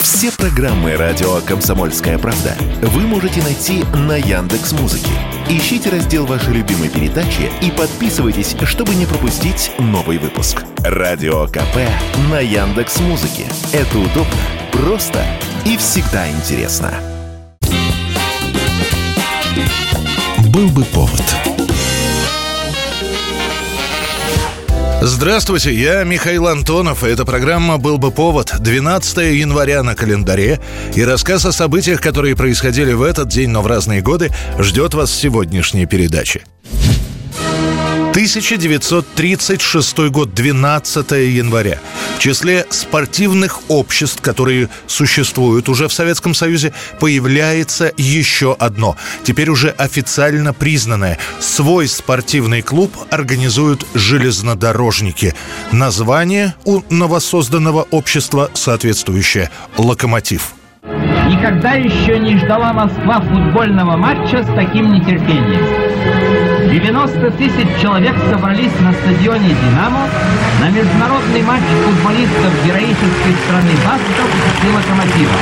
Все программы радио «Комсомольская правда» вы можете найти на Яндекс.Музыке. Ищите раздел вашей любимой передачи и подписывайтесь, чтобы не пропустить новый выпуск. Радио КП на Яндекс.Музыке. Это удобно, просто и всегда интересно. Был бы повод. Здравствуйте, я Михаил Антонов, и эта программа «Был бы повод». 12 января на календаре, и рассказ о событиях, которые происходили в этот день, но в разные годы, ждет вас в сегодняшней передаче. 1936 год, 12 января. В числе спортивных обществ, которые существуют уже в Советском Союзе, появляется еще одно, теперь уже официально признанное. Свой спортивный клуб организуют железнодорожники. Название у новосозданного общества соответствующее – «Локомотив». Никогда еще не ждала Москва футбольного матча с таким нетерпением. 90 тысяч человек собрались на стадионе «Динамо» на международный матч футболистов героической страны басков и «Локомотива».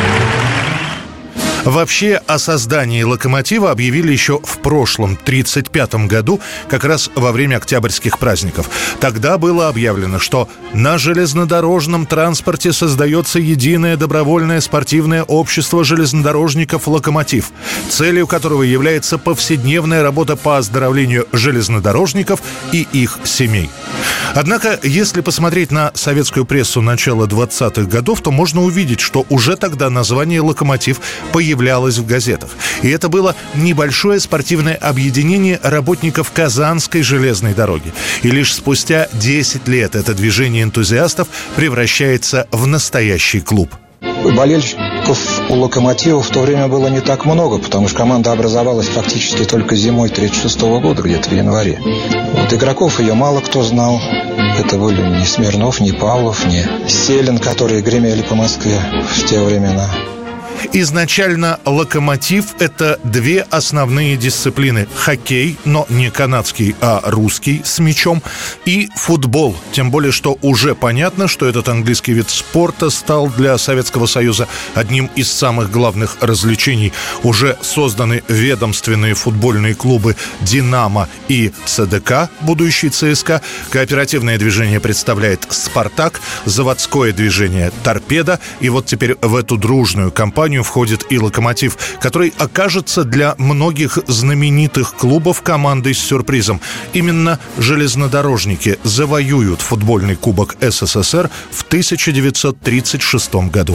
Вообще о создании «Локомотива» объявили еще в прошлом, 1935 году, как раз во время октябрьских праздников. Тогда было объявлено, что на железнодорожном транспорте создается единое добровольное спортивное общество железнодорожников «Локомотив», целью которого является повседневная работа по оздоровлению железнодорожников и их семей. Однако, если посмотреть на советскую прессу начала 20-х годов, то можно увидеть, что уже тогда название «Локомотив» появлялось в газетах. И это было небольшое спортивное объединение работников Казанской железной дороги. И лишь спустя 10 лет это движение энтузиастов превращается в настоящий клуб. Болельщиков у «Локомотива» в то время было не так много, потому что команда образовалась фактически только зимой 1936 года, где-то в январе. Вот игроков ее мало кто знал. Это были ни Смирнов, ни Павлов, ни Селин, которые гремели по Москве в те времена. Изначально «Локомотив» — это две основные дисциплины. Хоккей, но не канадский, а русский, с мячом, и футбол. Тем более, что уже понятно, что этот английский вид спорта стал для Советского Союза одним из самых главных развлечений. Уже созданы ведомственные футбольные клубы «Динамо» и ЦДК, будущий ЦСКА. Кооперативное движение представляет «Спартак», заводское движение «Торпедо». И вот теперь в эту дружную компанию входит и «Локомотив», который окажется для многих знаменитых клубов командой с сюрпризом. Именно железнодорожники завоюют футбольный кубок СССР в 1936 году.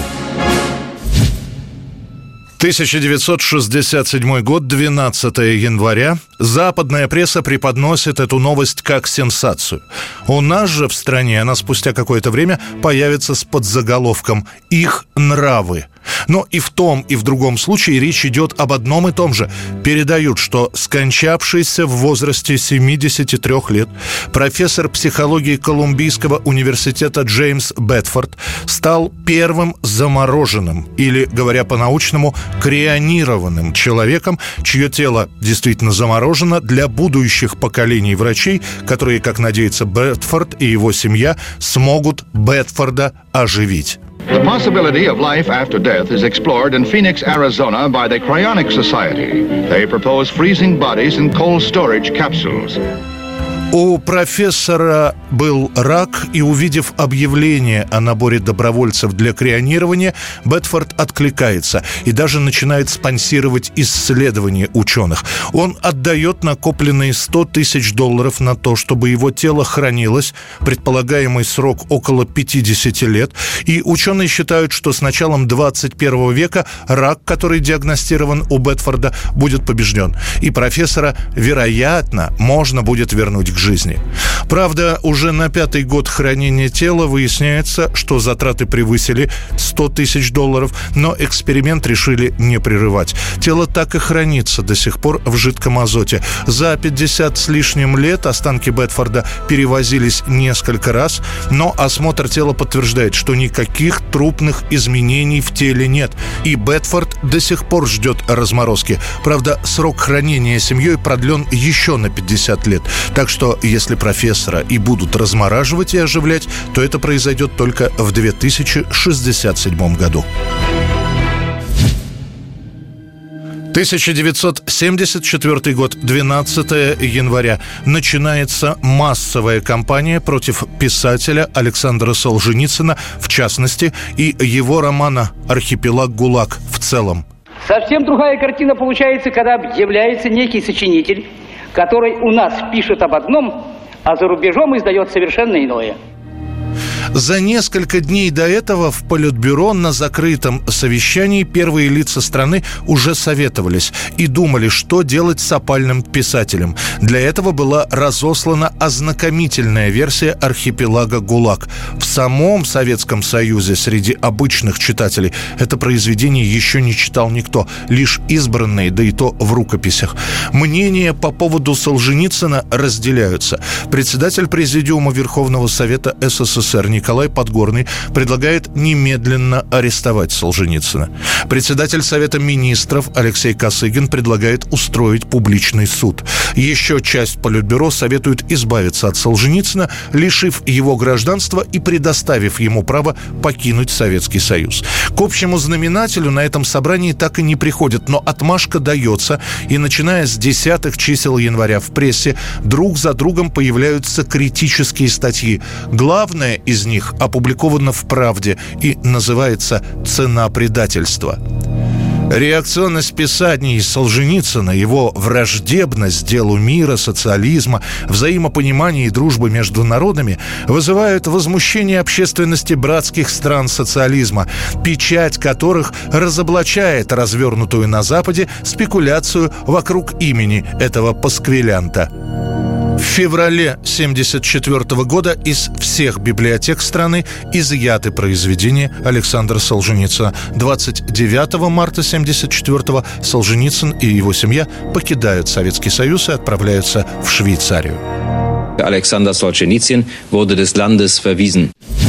1967 год, 12 января. Западная пресса преподносит эту новость как сенсацию. У нас же в стране она спустя какое-то время появится с подзаголовком «Их нравы». Но и в том, и в другом случае речь идет об одном и том же. Передают, что скончавшийся в возрасте 73 лет профессор психологии Колумбийского университета Джеймс Бетфорд стал первым замороженным, или, говоря по-научному, крионированным человеком, чье тело действительно заморожено для будущих поколений врачей, которые, как надеется Бетфорд и его семья, смогут Бетфорда оживить. The possibility of life after death is explored in Phoenix, Arizona by the Cryonic Society. They propose freezing bodies in cold storage capsules. У профессора был рак, и, увидев объявление о наборе добровольцев для крионирования, Бетфорд откликается и даже начинает спонсировать исследования ученых. Он отдает накопленные $100 тысяч на то, чтобы его тело хранилось, предполагаемый срок около 50 лет, и ученые считают, что с началом 21 века рак, который диагностирован у Бетфорда, будет побежден, и профессора, вероятно, можно будет вернуть к жизни. Правда, уже на 5-й год хранения тела выясняется, что затраты превысили $100 тысяч, но эксперимент решили не прерывать. Тело так и хранится до сих пор в жидком азоте. За 50 с лишним лет останки Бетфорда перевозились несколько раз, но осмотр тела подтверждает, что никаких трупных изменений в теле нет. И Бетфорд до сих пор ждет разморозки. Правда, срок хранения семьей продлен еще на 50 лет. Так что, если профессора и будут размораживать и оживлять, то это произойдет только в 2067 году. 1974 год, 12 января. Начинается массовая кампания против писателя Александра Солженицына, в частности, и его романа «Архипелаг ГУЛАГ» в целом. Совсем другая картина получается, когда объявляется некий сочинитель, который у нас пишет об одном, а за рубежом издает совершенно иное. За несколько дней до этого в Политбюро на закрытом совещании первые лица страны уже советовались и думали, что делать с опальным писателем. Для этого была разослана ознакомительная версия «Архипелага ГУЛАГ». В самом Советском Союзе среди обычных читателей это произведение еще не читал никто, лишь избранные, да и то в рукописях. Мнения по поводу Солженицына разделяются. Председатель Президиума Верховного Совета СССР Николай Подгорный предлагает немедленно арестовать Солженицына. Председатель Совета Министров Алексей Косыгин предлагает устроить публичный суд. Еще часть Политбюро советует избавиться от Солженицына, лишив его гражданства и предоставив ему право покинуть Советский Союз. К общему знаменателю на этом собрании так и не приходят, но отмашка дается, и начиная с десятых чисел января в прессе друг за другом появляются критические статьи. Главное из них опубликовано в «Правде» и называется «Цена предательства». Реакционность писаний Солженицына, его враждебность делу мира, социализма, взаимопонимания и дружбы между народами вызывают возмущение общественности братских стран социализма, печать которых разоблачает развернутую на Западе спекуляцию вокруг имени этого пасквилянта. В феврале 1974 года из всех библиотек страны изъяты произведения Александра Солженицына. 29 марта 1974 Солженицын и его семья покидают Советский Союз и отправляются в Швейцарию. Alexander Solzhenitsyn wurde des Landes verwiesen.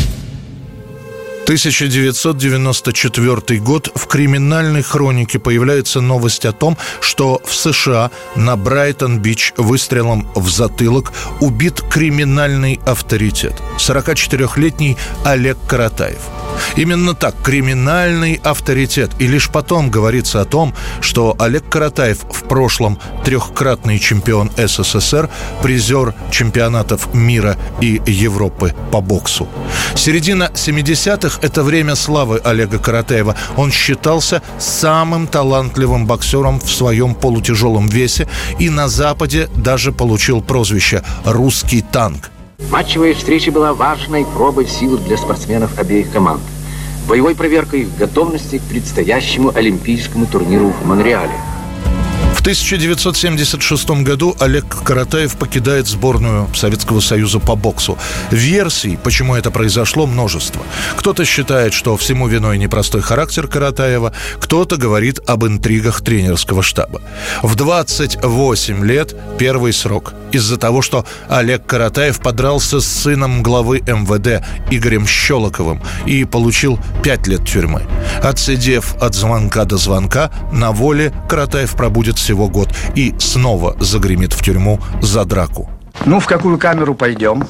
1994 год. В криминальной хронике появляется новость о том, что в США на Брайтон-Бич выстрелом в затылок убит криминальный авторитет. 44-летний Олег Каратаев. Именно так, криминальный авторитет. И лишь потом говорится о том, что Олег Каратаев в прошлом трехкратный чемпион СССР, призер чемпионатов мира и Европы по боксу. Середина 70-х – это время славы Олега Каратаева. Он считался самым талантливым боксером в своем полутяжелом весе и на Западе даже получил прозвище «Русский танк». Матчевая встреча была важной пробой сил для спортсменов обеих команд. Боевой проверкой их готовности к предстоящему олимпийскому турниру в Монреале. В 1976 году Олег Каратаев покидает сборную Советского Союза по боксу. Версий, почему это произошло, множество. Кто-то считает, что всему виной непростой характер Каратаева, кто-то говорит об интригах тренерского штаба. В 28 лет первый срок. Из-за того, что Олег Каратаев подрался с сыном главы МВД Игорем Щелоковым и получил 5 лет тюрьмы. Отсидев от звонка до звонка, на воле Каратаев пробудет всего год и снова загремит в тюрьму за драку. Ну, в какую камеру пойдем?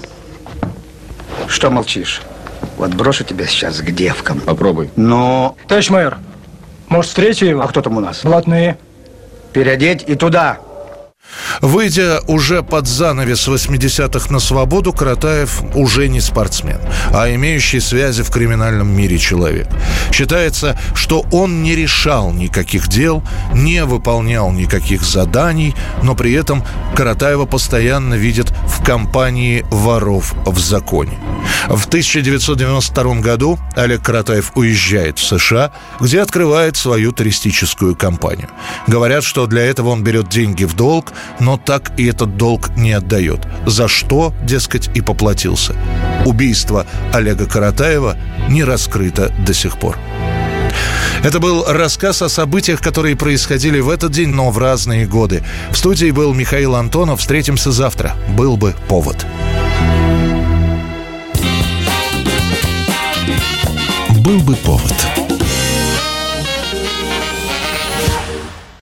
Что молчишь? Вот брошу тебя сейчас к девкам. Попробуй. Но... Товарищ майор, может, встречу его? А кто там у нас? Блатные. Переодеть и туда. Выйдя уже под занавес 80-х на свободу, Каратаев уже не спортсмен, а имеющий связи в криминальном мире человек. Считается, что он не решал никаких дел, не выполнял никаких заданий, но при этом Каратаева постоянно видят в компании воров в законе. В 1992 году Олег Каратаев уезжает в США, где открывает свою туристическую компанию. Говорят, что для этого он берет деньги в долг, но так и этот долг не отдает. За что, дескать, и поплатился. Убийство Олега Каратаева не раскрыто до сих пор. Это был рассказ о событиях, которые происходили в этот день, но в разные годы. В студии был Михаил Антонов. Встретимся завтра. Был бы повод. Был бы повод.